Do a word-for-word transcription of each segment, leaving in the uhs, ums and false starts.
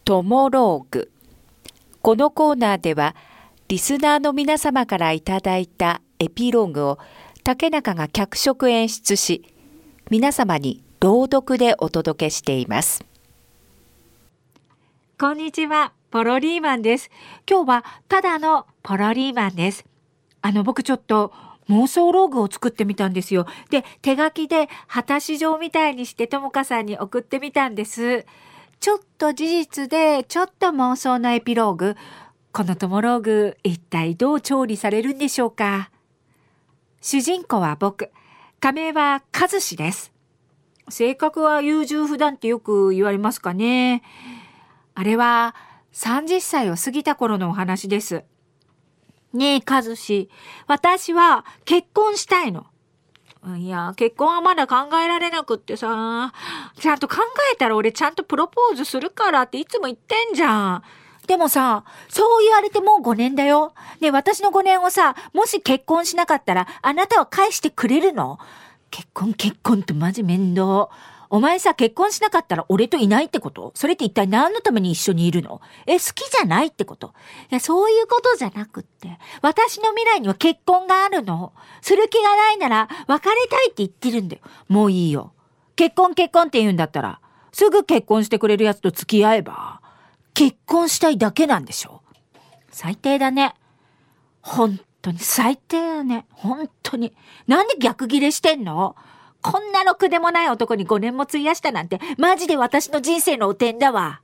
トモローグ。このコーナーではリスナーの皆様からいただいたエピローグを竹中が脚色演出し、皆様に朗読でお届けしています。 こんにちは、ポロリーマンです。今日はただのポロリーマンです。あの僕ちょっと妄想ローグを作ってみたんですよ。で、手書きで果たし状みたいにしてともかさんに送ってみたんです。ちょっと事実でちょっと妄想のエピローグ。このトモローグ一体どう調理されるんでしょうか。主人公は僕、仮名は和志です。性格は優柔不断ってよく言われますかね。あれはさんじゅっさいを過ぎた頃のお話です。ねえ和志、私は結婚したいの。いや、結婚はまだ考えられなくってさ、ちゃんと考えたら俺ちゃんとプロポーズするからっていつも言ってんじゃん。でもさ、そう言われてもうごねんだよ。ねえ、私のごねんをさ、もし結婚しなかったらあなたは返してくれるの？結婚結婚ってマジ面倒。お前さ、結婚しなかったら俺といないってこと？それって一体何のために一緒にいるの？え、好きじゃないってこと？いや、そういうことじゃなくって、私の未来には結婚があるの。する気がないなら別れたいって言ってるんだよ。もういいよ。結婚結婚って言うんだったら、すぐ結婚してくれるやつと付き合えば、結婚したいだけなんでしょ。最低だね。本当に最低だね。本当に。なんで逆ギレしてんの？こんなろくでもない男にごねんも費やしたなんて、マジで私の人生の汚点だわ。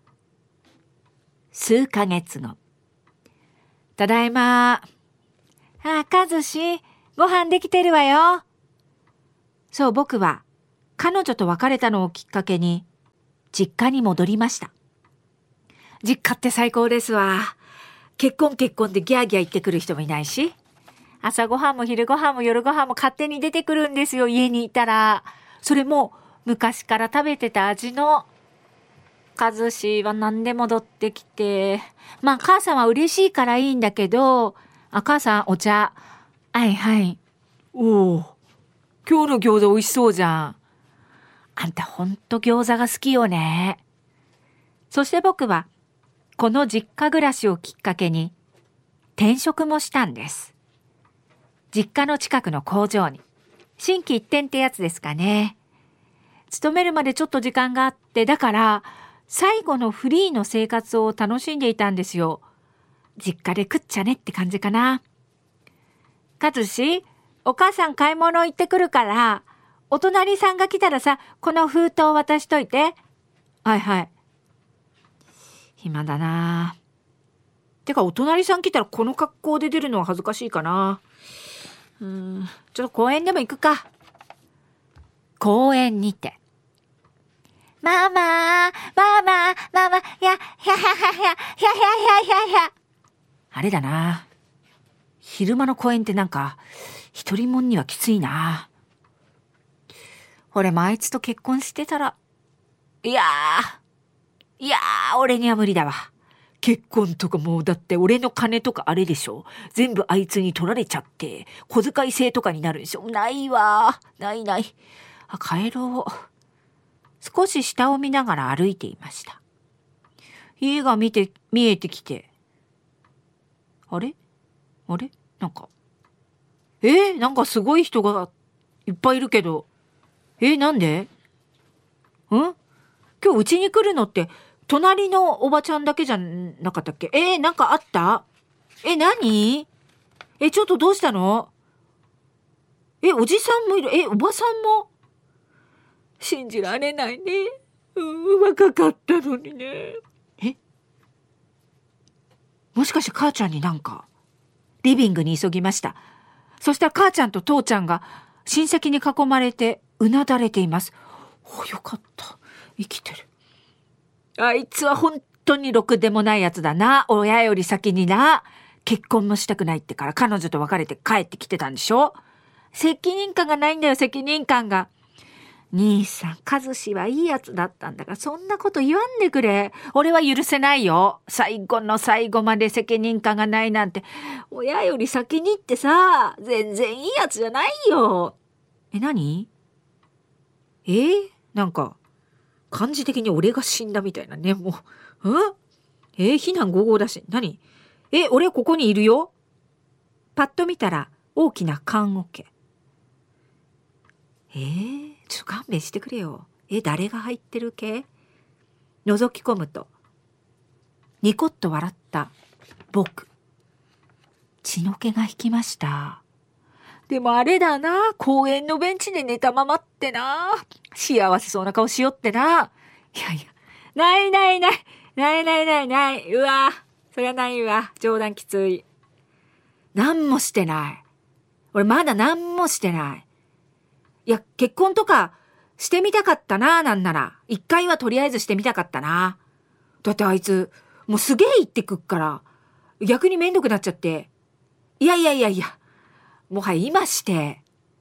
数ヶ月後。ただいま。ああ、和志、ご飯できてるわよ。そう、僕は、彼女と別れたのをきっかけに、実家に戻りました。実家って最高ですわ。結婚結婚でギャーギャー言ってくる人もいないし、朝ごはんも昼ごはんも夜ごはんも勝手に出てくるんですよ、家にいたら。それも昔から食べてた味の。和志は何で戻ってきて、まあ母さんは嬉しいからいいんだけど、あ、母さんお茶。はいはい。おお、今日の餃子美味しそうじゃん。あんたほんと餃子が好きよね。そして僕はこの実家暮らしをきっかけに転職もしたんです。実家の近くの工場に。新規一転ってやつですかね。勤めるまでちょっと時間があって、だから最後のフリーの生活を楽しんでいたんですよ。実家で食っちゃねって感じかな。和志、お母さん買い物行ってくるから、お隣さんが来たらさ、この封筒渡しといて。はいはい。暇だな。てかお隣さん来たらこの格好で出るのは恥ずかしいかな。うーん、ちょっと公園でも行くか。公園にて。ママー、ママー、ママ、や、やややや、ややややや。あれだな。昼間の公園ってなんか、一人もんにはきついな。俺もあいつと結婚してたら、いやー、いやー、俺には無理だわ。結婚とかもうだって俺の金とかあれでしょ。全部あいつに取られちゃって小遣い制とかになるでしょ。ないわ。ないない。あ、帰ろう。少し下を見ながら歩いていました。家が見て見えてきて。あれあれなんか。えー、なんかすごい人がいっぱいいるけど。えー、なんで？ん？今日うちに来るのって隣のおばちゃんだけじゃなかったっけ？えー、なんかあった？え、何？え、ちょっとどうしたの？え、おじさんもいる？え、おばさんも？信じられないね。うん、若かったのにね。え？もしかして母ちゃんになんか？リビングに急ぎました。そしたら母ちゃんと父ちゃんが親戚に囲まれてうなだれています。お、よかった。生きてる。あいつは本当にろくでもないやつだな。親より先にな。結婚もしたくないってから彼女と別れて帰ってきてたんでしょ。責任感がないんだよ、責任感が。兄さん、和志はいいやつだったんだからそんなこと言わんでくれ。俺は許せないよ。最後の最後まで責任感がないなんて。親より先にってさ、全然いいやつじゃないよ。え、何？えー、なんか感じ的に俺が死んだみたいなね。もう、うんえー、避難ご号だし。何え、俺ここにいるよ。パッと見たら大きな棺桶。えー、ちょっと勘弁してくれよ。え、誰が入ってる系？覗き込むと、ニコッと笑った僕。血の気が引きました。でもあれだな、公園のベンチで寝たままってな、幸せそうな顔しよってな。いやいや、ないないない、ないないないない、うわ、そりゃないわ、冗談きつい。なんもしてない。俺まだなんもしてない。いや、結婚とかしてみたかったな、なんなら。一回はとりあえずしてみたかったな。だってあいつ、もうすげえ言ってくっから、逆にめんどくなっちゃって。いやいやいやいや、もはや今して。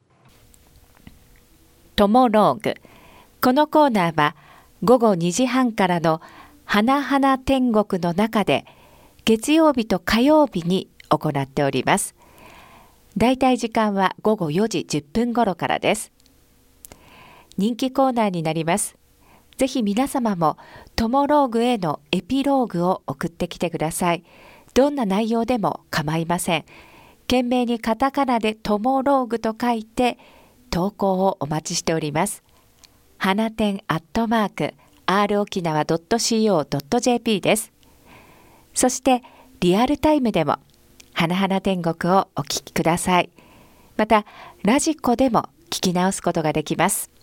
トモローグ。このコーナーはごごにじはんからの花々天国の中で月曜日と火曜日に行っております。だいたい時間はごごよじじゅっぷん頃からです。人気コーナーになります。ぜひ皆様もトモローグへのエピローグを送ってきてください。どんな内容でも構いません。懸命にカタカナでトモローグと書いて投稿をお待ちしております。花天アットマーク アール 沖縄 ドット シーオー ドット ジェーピー です。そしてリアルタイムでも花々天国をお聞きください。またラジコでも聞き直すことができます。